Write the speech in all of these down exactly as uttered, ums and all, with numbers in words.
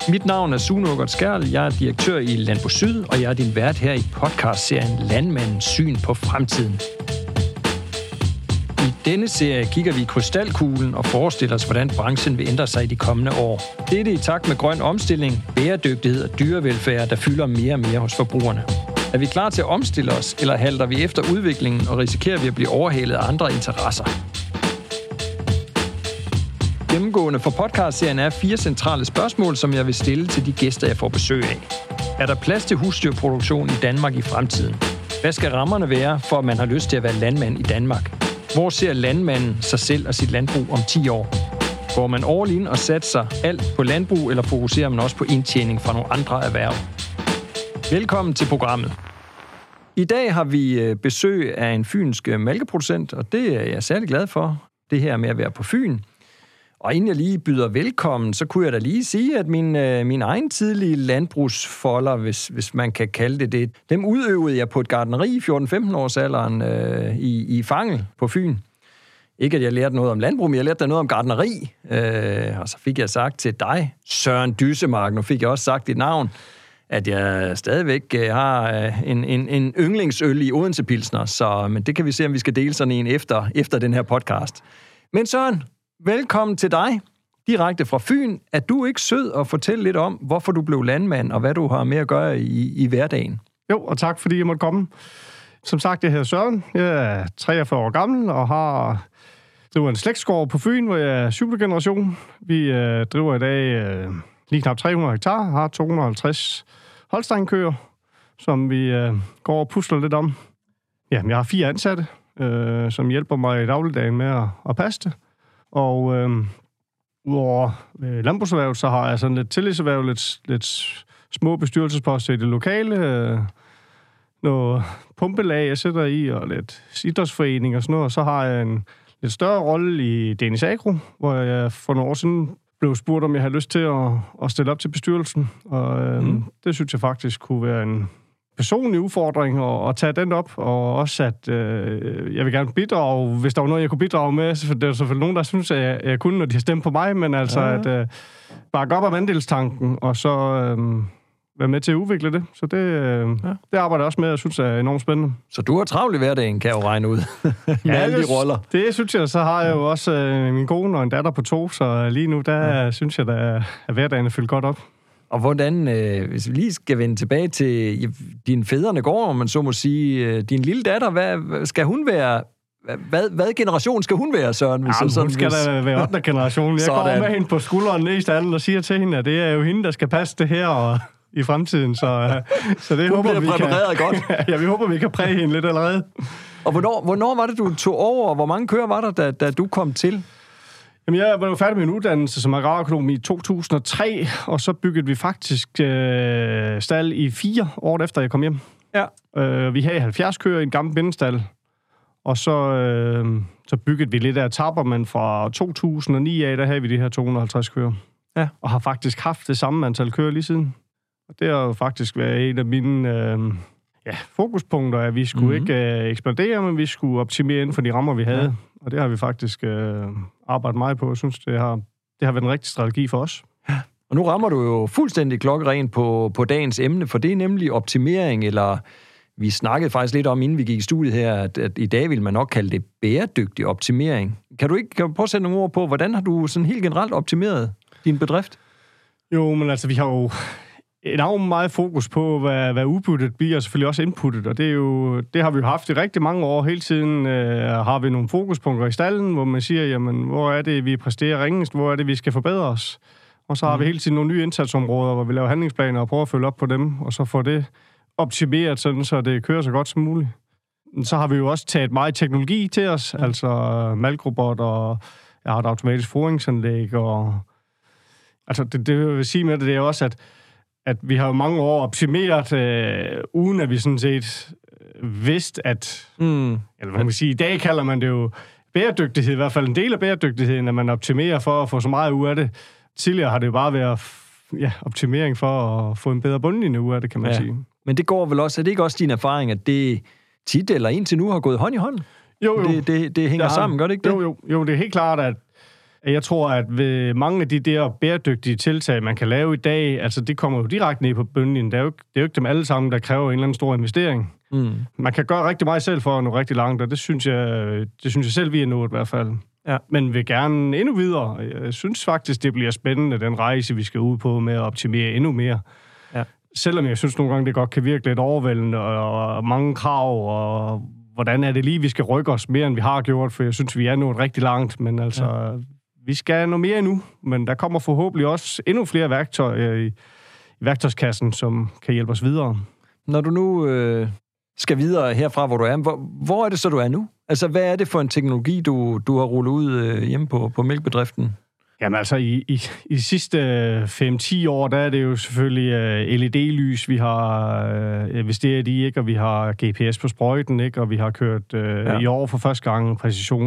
Mit navn er Sune Aagaard Skjerl, jeg er direktør i Landbrug Syd, og jeg er din vært her i podcastserien Landmandens syn på fremtiden. I denne serie kigger vi i krystalkuglen og forestiller os, hvordan branchen vil ændre sig i de kommende år. Dette i takt med grøn omstilling, bæredygtighed og dyrevelfærd, der fylder mere og mere hos forbrugerne. Er vi klar til at omstille os, eller halter vi efter udviklingen og risikerer vi at blive overhalet af andre interesser? Gennemgående for podcastserien er fire centrale spørgsmål, som jeg vil stille til de gæster, jeg får besøg af. Er der plads til husdyrproduktion i Danmark i fremtiden? Hvad skal rammerne være, for at man har lyst til at være landmand i Danmark? Hvor ser landmanden sig selv og sit landbrug om ti år? Går man all in og satser alt på landbrug, eller fokuserer man også på indtjening fra nogle andre erhverv? Velkommen til programmet. I dag har vi besøg af en fynsk mælkeproducent, og det er jeg særlig glad for, det her med at være på Fyn. Og inden jeg lige byder velkommen, så kunne jeg da lige sige, at min, min egen tidlige landbrugsfolder, hvis, hvis man kan kalde det det, dem udøvede jeg på et gartneri i fjorten-femten års alderen øh, i, i Fangel på Fyn. Ikke at jeg lærte noget om landbrug, men jeg lærte noget om gartneri. Øh, og så fik jeg sagt til dig, Søren Dysemark, nu fik jeg også sagt dit navn, at jeg stadigvæk har en, en, en yndlingsøl i Odense Pilsner, så men det kan vi se, om vi skal dele sådan en efter, efter den her podcast. Men Søren, velkommen til dig, direkte fra Fyn. Er du ikke sød at fortælle lidt om, hvorfor du blev landmand, og hvad du har med at gøre i, i hverdagen? Jo, og tak fordi jeg måtte komme. Som sagt, jeg hedder Søren. Jeg er treogfyrre år gammel og har driver en slægtsgård på Fyn, hvor jeg er syvende generation. Vi øh, driver i dag øh, lige knap tre hundrede hektar, har to hundrede og halvtreds holsteinkøer, som vi øh, går og pusler lidt om. Ja, jeg har fire ansatte, øh, som hjælper mig i dagligdagen med at, at passe det. Og øh, udover øh, landbrugserhvervet, så har jeg sådan lidt tillidserhverv, lidt, lidt små bestyrelsesposter i det lokale, øh, noget pumpelag, jeg sætter i, og lidt idrætsforening og sådan noget. Og så har jeg en lidt større rolle i Danish Agro, hvor jeg for nogle år siden blev spurgt, om jeg havde lyst til at, at stille op til bestyrelsen. Og øh, mm. det synes jeg faktisk kunne være en personlig udfordring at, at tage den op, og også at øh, jeg vil gerne bidrage, hvis der var noget, jeg kunne bidrage med. For det er selvfølgelig nogen, der synes, at jeg, jeg kunne, når de har stemt på mig, men altså ja, ja. at øh, bakke op om andelstanken, og så øh, være med til at udvikle det. Så det, øh, ja. det arbejder jeg også med, og jeg synes er enormt spændende. Så du har travlt i hverdagen, kan jeg jo regne ud, med ja, alle de roller. Det synes jeg, så har jeg jo også øh, min kone og en datter på to, så lige nu, der ja. synes jeg, at hverdagen er fyldt godt op. Og hvordan, øh, hvis vi lige skal vende tilbage til ja, din fædrene gård, om man så må sige, øh, din lille datter, hvad skal hun være? Hvad, hvad generation skal hun være, Søren? Hvis ja, sådan, hun skal hvis... da være ottende generation. Jeg går med hende på skulderen ned i stallen og siger til hende, at det er jo hende, der skal passe det her og i fremtiden. Så, så det hun håber vi kan. Godt. Ja, vi håber, vi kan præge hende lidt allerede. Og hvornår, hvornår var det, du tog over, og hvor mange køer var der, da, da du kom til? Jamen, jeg var jo færdig med en uddannelse som agrarøkonom i to tusind og tre, og så byggede vi faktisk øh, stald i fire år efter, jeg kom hjem. Ja. Øh, vi havde halvfjerds køer i en gammel bindestal, og så, øh, så byggede vi lidt af etapper, men fra to tusind og ni af, der havde vi de her to hundrede og halvtreds køer. Ja. Og har faktisk haft det samme antal køer lige siden. Og det har jo faktisk været en af mine øh, ja, fokuspunkter, at vi skulle mm-hmm. ikke øh, ekspandere, men vi skulle optimere inden for de rammer, vi havde. Ja. Og det har vi faktisk øh, arbejdet meget på. Jeg synes, det har, det har været en rigtig strategi for os. Ja. Og nu rammer du jo fuldstændig klokkeren på, på dagens emne, for det er nemlig optimering, eller vi snakkede faktisk lidt om, inden vi gik i studiet her, at, at i dag vil man nok kalde det bæredygtig optimering. Kan du ikke kan du prøve at sætte nogle ord på, hvordan har du sådan helt generelt optimeret din bedrift? Jo, men altså, vi har jo enormt meget fokus på, hvad, hvad udbyttet bliver, og selvfølgelig også inputtet, og det, er jo, det har vi jo haft i rigtig mange år. Hele tiden øh, har vi nogle fokuspunkter i stallen, hvor man siger, jamen, hvor er det, vi præsterer ringest, hvor er det, vi skal forbedre os. Og så har mm. vi hele tiden nogle nye indsatsområder, hvor vi laver handlingsplaner og prøver at følge op på dem, og så får det optimeret, sådan, så det kører så godt som muligt. Så har vi jo også taget meget teknologi til os, mm. altså malkrobot, og jeg har et automatisk foringsanlæg, og altså det, det vil sige med det, det er også, at at vi har jo mange år optimeret, øh, uden at vi sådan set vidst, at mm. eller hvad man kan sige, i dag kalder man det jo bæredygtighed, i hvert fald en del af bæredygtigheden, at man optimerer for at få så meget ud af det. Tidligere har det jo bare været ja, optimering for at få en bedre bundlinje ud af det, kan man ja. sige. Men det går vel også, er det ikke også din erfaring, at det tit eller indtil nu har gået hånd i hånd? Jo, jo. Det, det, det hænger ja, sammen, gør det ikke det? Jo, jo. Jo, det er helt klart, at Jeg tror, at ved mange af de der bæredygtige tiltag, man kan lave i dag, altså det kommer jo direkte ned på bundlinjen. Det er jo, det er jo ikke dem alle sammen, der kræver en eller anden stor investering. Mm. Man kan gøre rigtig meget selv for at nå rigtig langt, og det synes jeg, det synes jeg selv, vi er nået i hvert fald. Ja. Men vil gerne endnu videre. Jeg synes faktisk, det bliver spændende, den rejse, vi skal ud på med at optimere endnu mere. Ja. Selvom jeg synes nogle gange, det godt kan virke lidt overvældende, og mange krav, og hvordan er det lige, vi skal rykke os mere, end vi har gjort, for jeg synes, vi er nået rigtig langt, men altså, ja. vi skal nå mere endnu, men der kommer forhåbentlig også endnu flere værktøjer i, i værktøjskassen, som kan hjælpe os videre. Når du nu øh, skal videre herfra, hvor du er, hvor, hvor er det så, du er nu? Altså, hvad er det for en teknologi, du, du har rullet ud øh, hjemme på, på mælkebedriften? Jamen altså, i, i, i de sidste fem til ti år, der er det jo selvfølgelig uh, L E D-lys, vi har uh, investeret i, ikke? Og vi har G P S på sprøjten, ikke? Og vi har kørt uh, ja. i år for første gang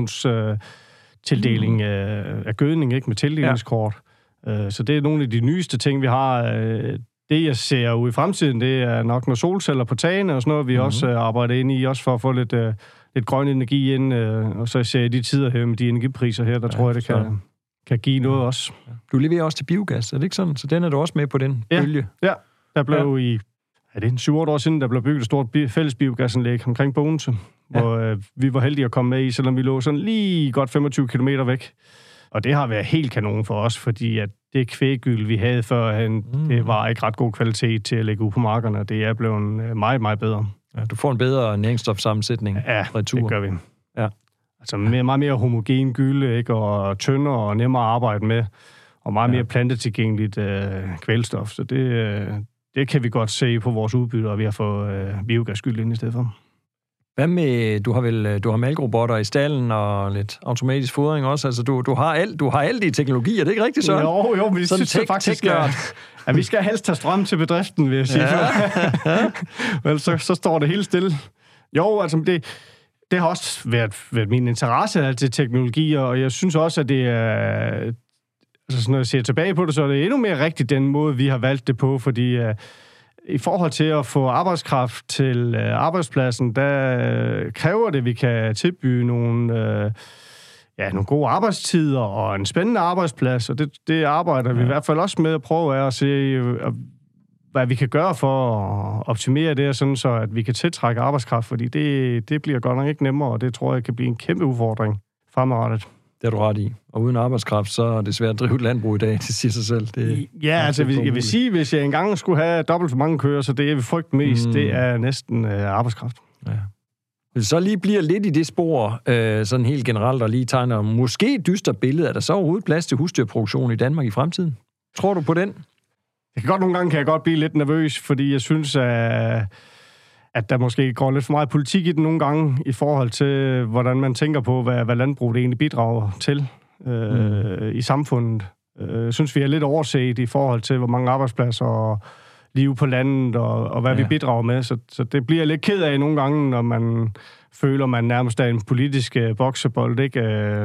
præcisionstildeling uh, mm. af gødning, ikke? Med tildelingskort. Ja. Uh, så det er nogle af de nyeste ting, vi har. Uh, det, jeg ser ude i fremtiden, det er nok nogle solceller på tagene og sådan noget, vi mm. også uh, arbejder ind i, også for at få lidt, uh, lidt grøn energi ind. Uh, og så ser jeg de tider her med de energipriser her, der ja, tror jeg, det kan... Så. kan give noget også. Du leverer også til biogas, er det ikke sådan? Så den er du også med på den ja, bølge? Ja, der blev ja. i, er det syv otte år siden, der blev bygget et stort bi- fælles biogasanlæg omkring Bogense, ja. hvor øh, vi var heldige at komme med i, selvom vi lå sådan lige godt femogtyve kilometer væk. Og det har været helt kanon for os, fordi at det kvæggyld, vi havde førhen, mm. det var ikke ret god kvalitet til at lægge ud på markerne, og det er blevet meget, meget bedre. Ja, du får en bedre næringsstofsammensætning. Ja, retur. Det gør vi. Ja. Altså mere, meget mere homogen gylde, ikke? Og tyndere og nemmere at arbejde med, og meget ja. mere plantetilgængeligt øh, kvælstof. Så det, øh, det kan vi godt se på vores udbytte, og vi har fået øh, biogasgyld ind i stedet for. Hvad med, du har vel du har mælkerobotter i stallen og lidt automatisk fodring også, altså du, du har alt, du har alle de teknologier, er det ikke rigtigt, Søren? Jo, jo, men det synes jeg faktisk, at, at vi skal helst tage strøm til bedriften, vil jeg sige. Ja. Men så, så står det helt stille. Jo, altså det... Det har også været, været min interesse til teknologier, og jeg synes også, at det er... Altså, når jeg ser tilbage på det, så er det endnu mere rigtigt den måde, vi har valgt det på, fordi uh, i forhold til at få arbejdskraft til uh, arbejdspladsen, der uh, kræver det, at vi kan tilbyde nogle, uh, ja, nogle gode arbejdstider og en spændende arbejdsplads, og det, det arbejder ja. vi i hvert fald også med at prøve af at se... Uh, hvad vi kan gøre for at optimere det, sådan så at vi kan tiltrække arbejdskraft, fordi det, det bliver godt nok ikke nemmere, og det tror jeg kan blive en kæmpe udfordring fremadrettet. Det er du ret i. Og uden arbejdskraft, så er det svært at drive et landbrug i dag, det siger sig selv. Det ja, altså jeg, jeg vil sige, hvis jeg engang skulle have dobbelt så mange køer, så det jeg vil frygte mest, mm. det er næsten uh, arbejdskraft. Ja. Hvis så lige bliver lidt i det spor, øh, sådan helt generelt, og lige tegner måske et dystert billede, er der så overhovedet plads til husdyrproduktion i Danmark i fremtiden? Tror du på den? Jeg kan godt, nogle gange kan jeg godt blive lidt nervøs, fordi jeg synes, at, at der måske går lidt for meget politik i den nogle gange, i forhold til, hvordan man tænker på, hvad, hvad landbruget egentlig bidrager til øh, mm. i samfundet. Jeg synes, vi er lidt overset i forhold til, hvor mange arbejdspladser og liv på landet, og, og hvad ja. vi bidrager med. Så, så det bliver jeg lidt ked af nogle gange, når man føler, man nærmest er en politisk boksebold, ikke?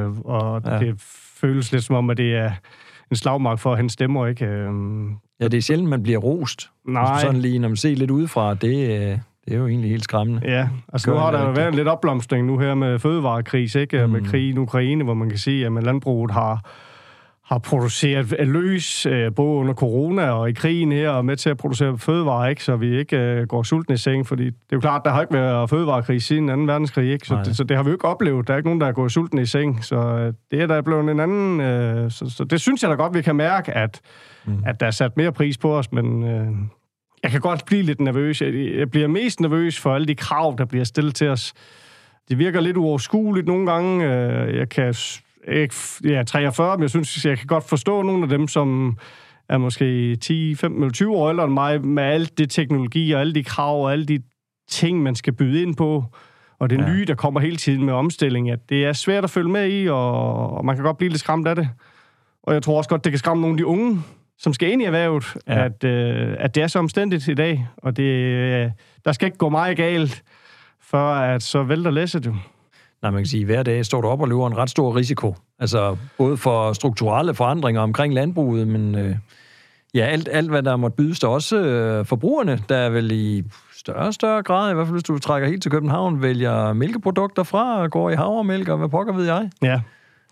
Og ja. det føles lidt som om, at det er en slagmark for at hente stemmer, ikke? Ja, det er sjældent, man bliver rost. Nej. Sådan lige, når man ser lidt udefra, det, det er jo egentlig helt skræmmende. Ja, altså nu har der jo været lidt opblomstring nu her med fødevarekris, ikke? Mm. Med krigen i Ukraine, hvor man kan sige, at landbruget har, har produceret løs, både under corona og i krigen her, og med til at producere fødevarer, ikke? Så vi ikke uh, går sultne i seng, fordi det er jo klart, der har ikke været fødevarekrig siden anden verdenskrig, ikke? Så det, så det har vi jo ikke oplevet. Der er ikke nogen, der er gået sultne i seng, så uh, det er der blevet en anden... Uh, så, så det synes jeg da godt, vi kan mærke, at Mm. at der er sat mere pris på os, men øh, jeg kan godt blive lidt nervøs. Jeg, jeg bliver mest nervøs for alle de krav, der bliver stillet til os. Det virker lidt uoverskueligt nogle gange. Øh, jeg kan ikke, ja, treogfyrre, men jeg synes, jeg kan godt forstå nogle af dem, som er måske ti, femten eller tyve år ældre end mig, med alt det teknologi og alle de krav og alle de ting, man skal byde ind på. Og det ja. nye, der kommer hele tiden med omstilling, at det er svært at følge med i, og, og man kan godt blive lidt skræmt af det. Og jeg tror også godt, det kan skræmme nogle af de unge, som skal ind i erhvervet, ja. at, øh, at det er så omstændigt i dag, og det, øh, der skal ikke gå meget galt, for at så vælter læsset jo. Nej, man kan sige, at hver dag står du op og løber en ret stor risiko. Altså både for strukturelle forandringer omkring landbruget, men øh, ja, alt, alt hvad der måtte bydes der også øh, forbrugerne, der er vel i større og større grad, i hvert fald hvis du trækker helt til København, vælger mælkeprodukter fra og går i havremælk, og hvad pokker ved jeg? Ja.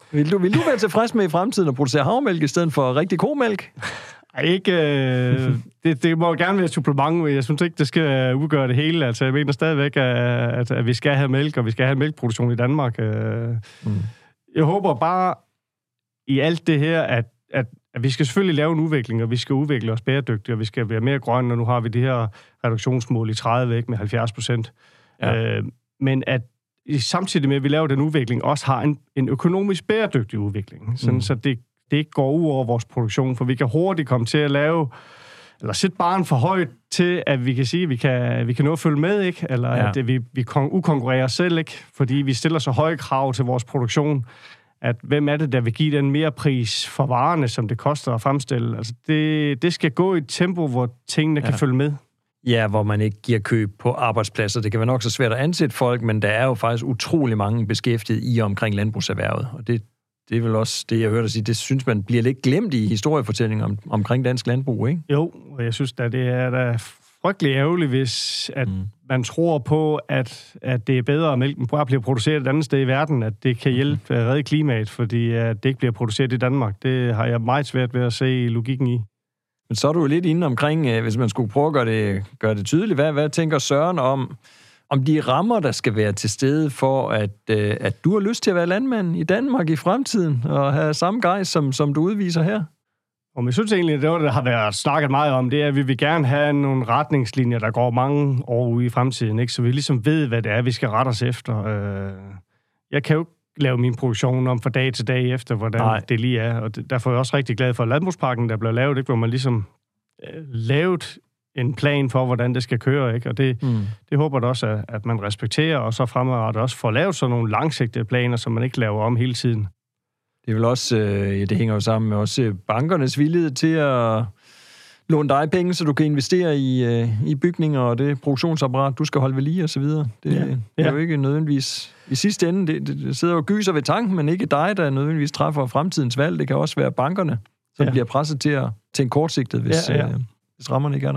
Vil du, vil du være tilfreds med i fremtiden at producere havmælk i stedet for rigtig komælk? Ej, ikke... Øh, det, det må gerne være et supplement, men jeg synes ikke, det skal udgøre det hele. Altså, jeg mener stadigvæk, at, at vi skal have mælk, og vi skal have mælkeproduktion i Danmark. Øh. Mm. Jeg håber bare i alt det her, at, at, at vi skal selvfølgelig lave en udvikling, og vi skal udvikle os bæredygtigt, og vi skal være mere grønne, og nu har vi det her reduktionsmål i tredive, ikke, med halvfjerds procent. Ja. Øh, men at samtidig med, at vi laver den udvikling, også har en, en økonomisk bæredygtig udvikling, sådan, mm. så det, det ikke går ud over vores produktion, for vi kan hurtigt komme til at lave, eller sætte barren for højt til, at vi kan sige, at vi kan, vi kan nå at følge med, ikke? Eller ja. at vi, vi ukonkurrerer os selv, ikke? Fordi vi stiller så høje krav til vores produktion, at hvem er det, der vil give den mere pris for varerne, som det koster at fremstille? Altså det, det skal gå i et tempo, hvor tingene ja. kan følge med. Ja, hvor man ikke giver køb på arbejdspladser. Det kan være nok så svært at ansætte folk, men der er jo faktisk utrolig mange beskæftiget i og omkring landbrugserhvervet. Og det, det er vel også det, jeg hørte dig sige. Det synes man bliver lidt glemt i historiefortællingen om, omkring dansk landbrug, ikke? Jo, og jeg synes at det er da frygtelig ærgerligt, hvis at mm. man tror på, at, at det er bedre, at mælken bare bliver produceret et andet sted i verden, at det kan hjælpe at redde klimaet, fordi at det ikke bliver produceret i Danmark. Det har jeg meget svært ved at se logikken i. Men så er du jo lidt inde omkring, hvis man skulle prøve at gøre det, gøre det tydeligt. Hvad, hvad tænker Søren om, om de rammer, der skal være til stede for, at, at du har lyst til at være landmand i Danmark i fremtiden, og have samme gejst, som, som du udviser her? Og jeg synes egentlig, at det, der har været snakket meget om, det er, at vi vil gerne have nogle retningslinjer, der går mange år ude i fremtiden, ikke? Så vi ligesom ved, hvad det er, vi skal rette os efter. Jeg kan jo ikke lave min produktion om fra dag til dag efter, hvordan Nej. det lige er. Og derfor er jeg også rigtig glad for landbrugspakken, der blev lavet, ikke? Hvor man ligesom øh, lavet en plan for, hvordan det skal køre, ikke? Og det, mm. det håber jeg også, at, at man respekterer, og så fremadrettet også får lavet sådan nogle langsigtede planer, som man ikke laver om hele tiden. Det er vel også, øh, ja, det hænger jo sammen med også bankernes villighed til at låne dig penge, så du kan investere i, øh, i bygninger og det produktionsapparat, du skal holde ved lige og så videre. Det, ja. det er ja. jo ikke nødvendigvis i sidste ende, det, det, det sidder jo og gyser ved tanken, men ikke dig, der nødvendigvis træffer fremtidens valg. Det kan også være bankerne, som ja. bliver presset til at tænke kortsigtet, hvis, ja, ja. Øh, hvis rammerne ikke er der.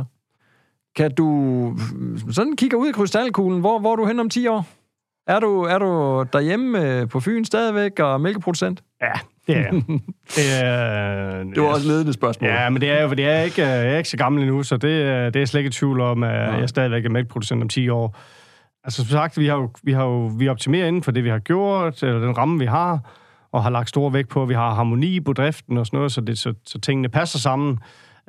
Kan du sådan kigger ud i krystalkuglen, hvor, hvor er du hen om ti år? Er du, er du derhjemme på Fyn stadigvæk og mælkeproducent? Ja, det er det er, det var også ledende spørgsmål. Ja, men det er jo, det er ikke, jeg er ikke så gammel endnu, så det, det er slet ikke i tvivl om, at ja. jeg stadigvæk er mælkeproducent om ti år. Altså som sagt, vi har jo, vi har jo, vi optimerer inden for det, vi har gjort, eller den ramme, vi har, og har lagt stor vægt på, at vi har harmoni på driften og sådan noget, så, det, så, så tingene passer sammen.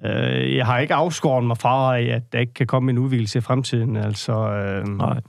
Jeg har ikke afskåret mig fra, at der ikke kan komme en udvikelse i fremtiden. Altså, øh, Nej.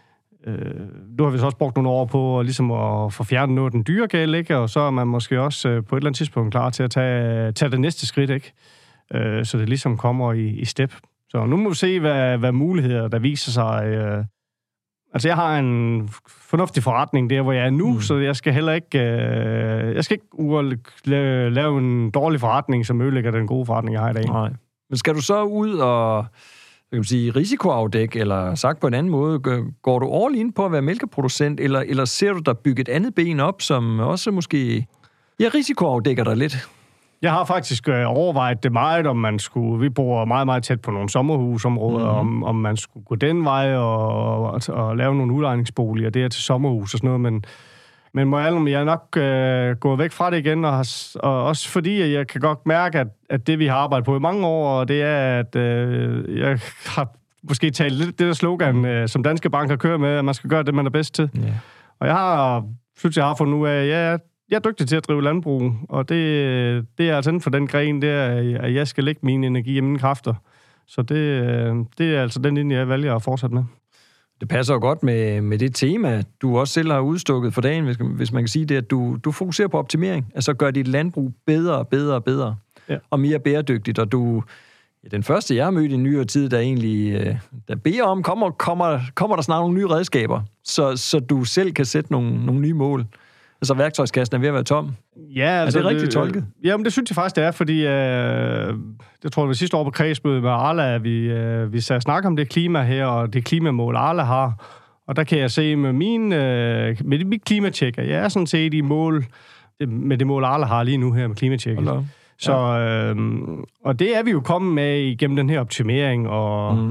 Øh, nu har vi så også brugt nogle år på ligesom at få fjernet noget af den dyre gæld, ikke? Og så er man måske også øh, på et eller andet tidspunkt klar til at tage, tage det næste skridt, ikke? Øh, så det ligesom kommer i, i step. Så nu må vi se, hvad, hvad muligheder der viser sig. Øh. Altså, jeg har en fornuftig forretning der, hvor jeg er nu, mm. så jeg skal heller ikke, øh, jeg skal ikke ure- lave, lave en dårlig forretning, som ødelægger den gode forretning, jeg har i dag. Nej. Men skal du så ud og kan man sige, risikoafdæk, eller sagt på en anden måde, går du all in på at være mælkeproducent, eller, eller ser du dig bygge et andet ben op, som også måske ja, risikoafdækker dig lidt? Jeg har faktisk øh, overvejet det meget, om man skulle, vi bor meget, meget tæt på nogle sommerhusområder, mm-hmm. om, om man skulle gå den vej og, og, og lave nogle udlejningsboliger der til sommerhus og sådan noget, men Men må jeg, jeg er nok øh, gået væk fra det igen, og, har, og også fordi jeg kan godt mærke, at, at det, vi har arbejdet på i mange år, det er, at øh, jeg har måske talt lidt det der slogan, øh, som Danske Bank har kørt med, at man skal gøre det, man er bedst til. Yeah. Og jeg har, synes jeg har fundet ud af, at jeg, jeg er dygtig til at drive landbrug, og det, det er altså inden for den gren, det er, at jeg skal lægge min energi og mine kræfter. Så det, det er altså den linje, jeg vælger at fortsætte med. Det passer jo godt med, med det tema, du også selv har udstukket for dagen, hvis, hvis man kan sige det, at du, du fokuserer på optimering, altså gør dit landbrug bedre og bedre og bedre, ja. og mere bæredygtigt, og du, ja, den første, jeg har mødt i nyere tid, der egentlig, der beder om, kommer, kommer, kommer der snart nogle nye redskaber, så, så du selv kan sætte nogle, nogle nye mål. Altså værktøjskassen er ved at være tom. Ja, altså, er det rigtigt tolket? Jamen, det synes jeg faktisk, det er, fordi øh, jeg tror, det var sidste år på kredsmødet med Arla, at vi, øh, vi sagde snak om det klima her, og det klimamål, Arla har. Og der kan jeg se med, min, øh, med mit klimatjek, at jeg er sådan set i mål, med det mål, Arla har lige nu her med klimatjekket. Så, øh, og det er vi jo kommet med igennem den her optimering, og mm-hmm.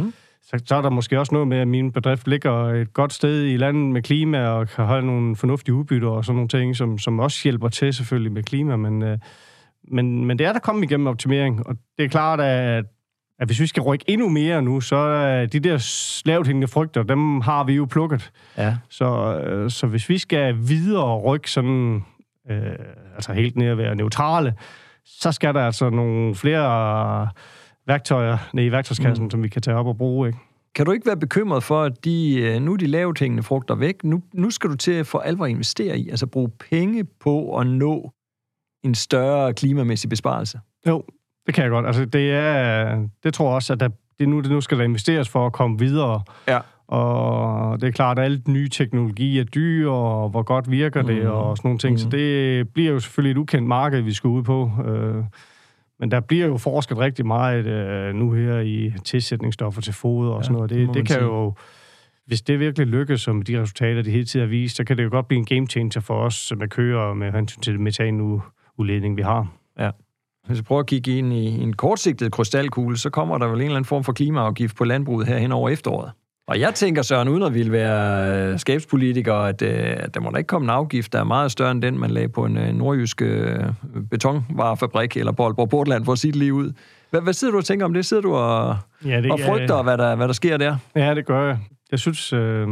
så, så er der måske også noget med, at min bedrift ligger et godt sted i landet med klima, og kan holde nogle fornuftige udbytter og sådan nogle ting, som, som også hjælper til selvfølgelig med klima, men, øh, men, men det er der kommet igennem optimering, og det er klart, at, at hvis vi skal rykke endnu mere nu, så er de der lavthængende frugter, dem har vi jo plukket. Ja. Så, øh, så hvis vi skal videre rykke sådan, øh, altså helt ned at være neutrale, så skal der altså nogle flere værktøjer nede i værktøjskassen, mm. som vi kan tage op og bruge, ikke? Kan du ikke være bekymret for, at de, nu er de lavthængende frugter væk, nu, nu skal du til for alvor investere i, altså bruge penge på at nå en større klimamæssig besparelse? Jo, det kan jeg godt. Altså, det er, det tror jeg også, at der, det nu, det nu skal der investeres for at komme videre. Ja. Og det er klart, at alt nye teknologi er dyr, og hvor godt virker det, mm. og sådan nogle ting. Mm. Så det bliver jo selvfølgelig et ukendt marked, vi skal ud på. Men der bliver jo forsket rigtig meget nu her i tilsætningsstoffer til foder og sådan noget. Det, det, det kan jo, hvis det virkelig lykkes, som de resultater, de hele tiden har vist, så kan det jo godt blive en game changer for os med køer med hensyn til metanudledning, vi har. Ja. Hvis vi prøver at kigge ind i en kortsigtet krystalkugle, så kommer der vel en eller anden form for klimaafgift på landbruget her hen over efteråret. Og jeg tænker, Søren, uden at ville være skabspolitiker, at, at der må da ikke komme en afgift, der er meget større end den, man lagde på en nordjysk betonvarefabrik eller på Aalborg Portland, for at sige det lige ud. Hvad, hvad sidder du og tænker om det? Sidder du og, ja, det, og frygter, ja, hvad, der, hvad der sker der? Ja, det gør jeg. Jeg synes, øh,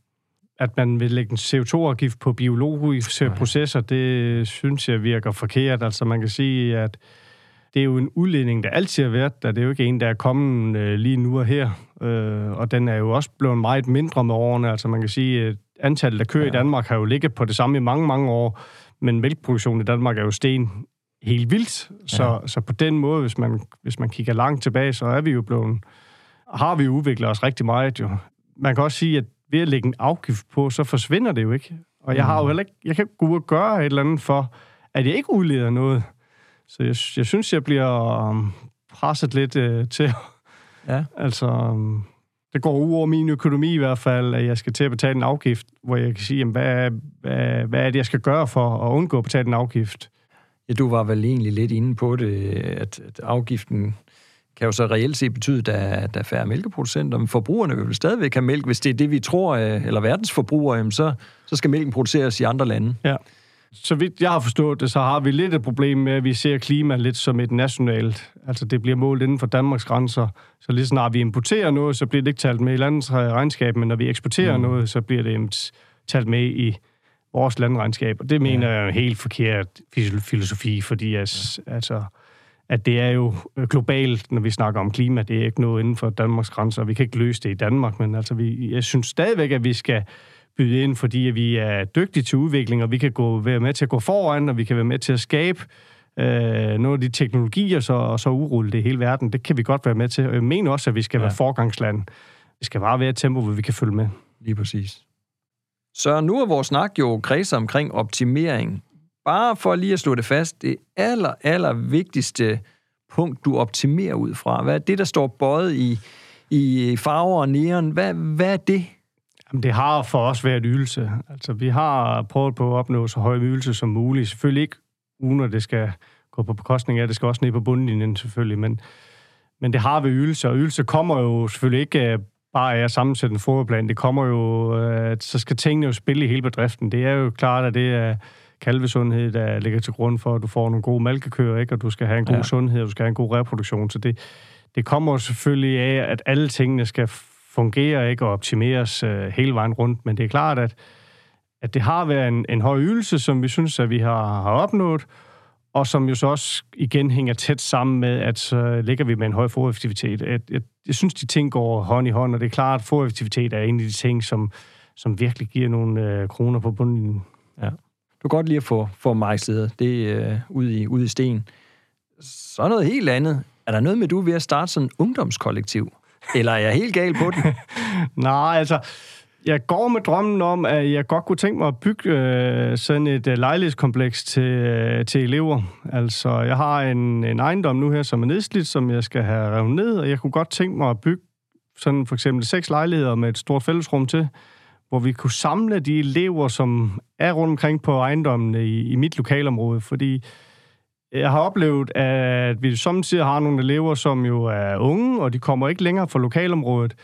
at man vil lægge en C O to afgift på biologiske processer, det synes jeg virker forkert. Altså man kan sige, at det er jo en udledning, der altid har været der. Det er jo ikke en, der er kommet øh, lige nu og her. Øh, og den er jo også blevet meget mindre med årene. Altså man kan sige, at antallet af køer ja. i Danmark har jo ligget på det samme i mange, mange år. Men mælkeproduktionen i Danmark er jo sten helt vildt. Så, ja. så på den måde, hvis man, hvis man kigger langt tilbage, så er vi jo blevet, har vi jo udviklet os rigtig meget. Jo. Man kan også sige, at ved at lægge en afgift på, så forsvinder det jo ikke. Og jeg har jo heller ikke, jeg kan ikke gå ud og gøre et eller andet for, at jeg ikke udleder noget. Så jeg, jeg synes, jeg bliver um, presset lidt uh, til. Ja. Altså, um, det går ud over min økonomi i hvert fald, at jeg skal til at betale en afgift, hvor jeg kan sige, jamen, hvad, hvad, hvad er det, jeg skal gøre for at undgå at betale en afgift? Ja, du var vel egentlig lidt inde på det, at, at afgiften kan jo så reelt set betyde, at der er færre mælkeproducenter, men forbrugerne vil stadigvæk have mælk. Hvis det er det, vi tror, eller verdensforbrugere, så, så skal mælken produceres i andre lande. Ja. Så vidt jeg har forstået det, så har vi lidt et problem med, at vi ser klima lidt som et nationalt. Altså det bliver målt inden for Danmarks grænser. Så lige snart vi importerer noget, så bliver det ikke talt med i landets regnskab, men når vi eksporterer mm. noget, så bliver det talt med i vores landregnskab. Og det mener ja. jeg er en helt forkert filosofi, fordi at, ja. altså, at det er jo globalt, når vi snakker om klima. Det er ikke noget inden for Danmarks grænser. Vi kan ikke løse det i Danmark, men altså, vi, jeg synes stadigvæk, at vi skal byde ind, fordi vi er dygtige til udvikling, og vi kan gå, være med til at gå foran, og vi kan være med til at skabe øh, nogle af de teknologier, så, og så udrulle det i hele verden. Det kan vi godt være med til. Og jeg mener også, at vi skal ja. være forgangsland. Vi skal bare være et tempo, hvor vi kan følge med. Lige præcis. Så nu er vores snak jo kredser omkring optimering. Bare for lige at slå det fast, det aller, aller vigtigste punkt, du optimerer ud fra. Hvad er det, der står bøjet i, i farver og neon? Hvad, hvad er det? Jamen, det har for os været ydelse. Altså, vi har prøvet på at opnå så høj ydelse som muligt. Selvfølgelig ikke, uden at det skal gå på bekostning af, det skal også ned på bundlinjen selvfølgelig, men, men det har vi ydelse, og ydelse kommer jo selvfølgelig ikke bare af at sammensætte en foderplan. Det kommer jo, at så skal tingene jo spille i hele bedriften. Det er jo klart, at det er kalvesundhed, der ligger til grund for, at du får nogle gode mælkekøer, ikke? Og du skal have en god ja. sundhed, og du skal have en god reproduktion. Så det, det kommer jo selvfølgelig af, at alle tingene skal fungerer ikke og optimeres øh, hele vejen rundt, men det er klart, at, at det har været en, en høj ydelse, som vi synes, at vi har, har opnået, og som jo så også igen hænger tæt sammen med, at så ligger vi med en høj fodereffektivitet. Jeg, jeg, jeg synes, de ting går hånd i hånd, og det er klart, at fodereffektivitet er en af de ting, som, som virkelig giver nogle øh, kroner på bundlinjen. Ja. Du kan godt lide at få, få mejslet det øh, ud, i, ud i sten. Så noget helt andet. Er der noget med, du er ved at starte sådan en ungdomskollektiv? Eller er jeg helt gal på den? Nej, altså, jeg går med drømmen om, at jeg godt kunne tænke mig at bygge øh, sådan et øh, lejlighedskompleks til, øh, til elever. Altså, jeg har en, en ejendom nu her, som er nedslidt, som jeg skal have revet ned, og jeg kunne godt tænke mig at bygge sådan for eksempel seks lejligheder med et stort fællesrum til, hvor vi kunne samle de elever, som er rundt omkring på ejendommen i, i mit lokalområde, fordi jeg har oplevet, at vi samtidig har nogle elever, som jo er unge, og de kommer ikke længere fra lokalområdet.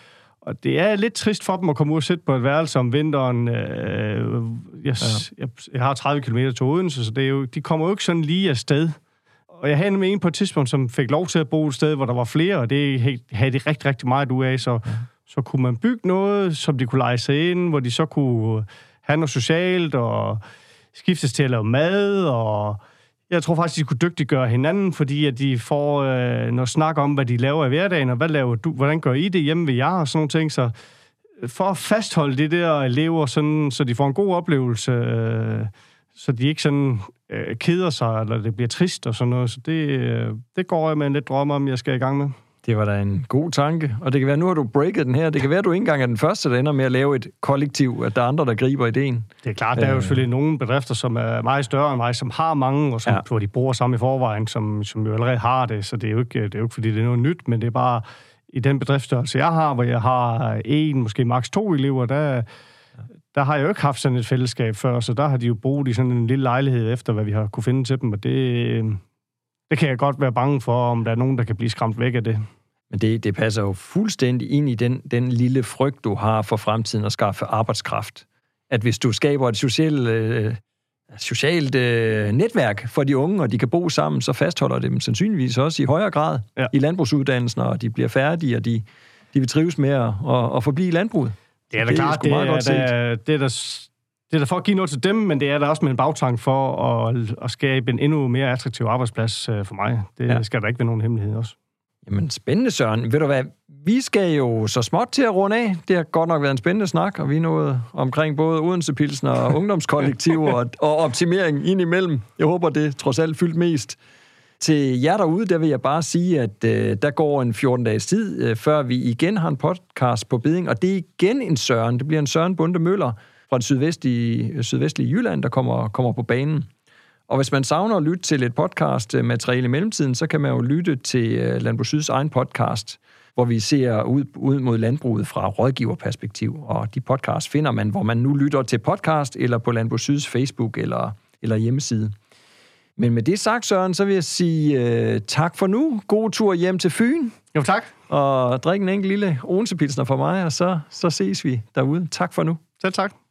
Og det er lidt trist for dem at komme ud og sidde på et værelse om vinteren. Øh, jeg, ja. jeg, jeg har tredive kilometer til Odense, så det er jo, de kommer jo ikke sådan lige afsted. Og jeg havde nemlig en på et tidspunkt, som fik lov til at bo et sted, hvor der var flere, og det havde de rigtig, rigtig meget ud af. Så, ja. så kunne man bygge noget, som de kunne lege sig ind, hvor de så kunne have noget socialt, og skiftes til at lave mad, og jeg tror faktisk, de kunne dygtiggøre hinanden, fordi at de får øh, noget snak om, hvad de laver i hverdagen, og hvad laver du, hvordan gør I det hjemme ved jer, og sådan nogle ting. Så for at fastholde det der elever, sådan, så de får en god oplevelse, øh, så de ikke sådan øh, keder sig, eller det bliver trist og sådan noget. Så det, øh, det går jeg med en lidt drøm om, jeg skal i gang med. Det var da en god tanke, og det kan være, nu har du breaket den her. Det kan være, at du ikke engang er den første, der ender med at lave et kollektiv, at der er andre, der griber ideen. Det er klart, der er jo selvfølgelig nogle bedrifter, som er meget større end mig, som har mange, og som, ja. hvor de bor sammen i forvejen, som, som jo allerede har det. Så det er, jo ikke, det er jo ikke, fordi det er noget nyt, men det er bare i den bedriftsstørrelse, jeg har, hvor jeg har en, måske maks to elever, der, der har jeg jo ikke haft sådan et fællesskab før, så der har de jo boet i sådan en lille lejlighed efter, hvad vi har kunne finde til dem, og det, det kan jeg godt være bange for, om der er nogen, der kan blive skræmt væk af det. Men det, det passer jo fuldstændig ind i den, den lille frygt, du har for fremtiden at skaffe arbejdskraft. At hvis du skaber et socialt, øh, socialt øh, netværk for de unge, og de kan bo sammen, så fastholder det dem sandsynligvis også i højere grad ja. i landbrugsuddannelsen, og de bliver færdige, og de, de vil trives med at, at, at forblive i landbruget. Det er da klart, det er, det, er, det, er der, det er der for at give noget til dem, men det er der også med en bagtank for at, at skabe en endnu mere attraktiv arbejdsplads for mig. Det ja. skal der ikke være nogen hemmelighed også. Jamen, spændende, Søren. Ved du hvad, vi skal jo så småt til at runde af. Det har godt nok været en spændende snak, og vi er nået omkring både Odense-Pilsner og ungdomskollektiver og, og optimering indimellem. Jeg håber, det trods alt fyldt mest. Til jer derude, der vil jeg bare sige, at øh, der går en fjorten dages tid, øh, før vi igen har en podcast på bedding, og det er igen en Søren. Det bliver en Søren Bonde Møller fra det sydvestlige, sydvestlige Jylland, der kommer, kommer på banen. Og hvis man savner at lytte til et podcast-materiale i mellemtiden, så kan man jo lytte til Landbrug Syds egen podcast, hvor vi ser ud, ud mod landbruget fra rådgiverperspektiv. Og de podcast finder man, hvor man nu lytter til podcast, eller på Landbrug Syds Facebook eller, eller hjemmeside. Men med det sagt, Søren, så vil jeg sige uh, tak for nu. God tur hjem til Fyn. Jo, tak. Og drik en enkelt lille Odense-pilsner for mig, og så, så ses vi derude. Tak for nu. Selv tak.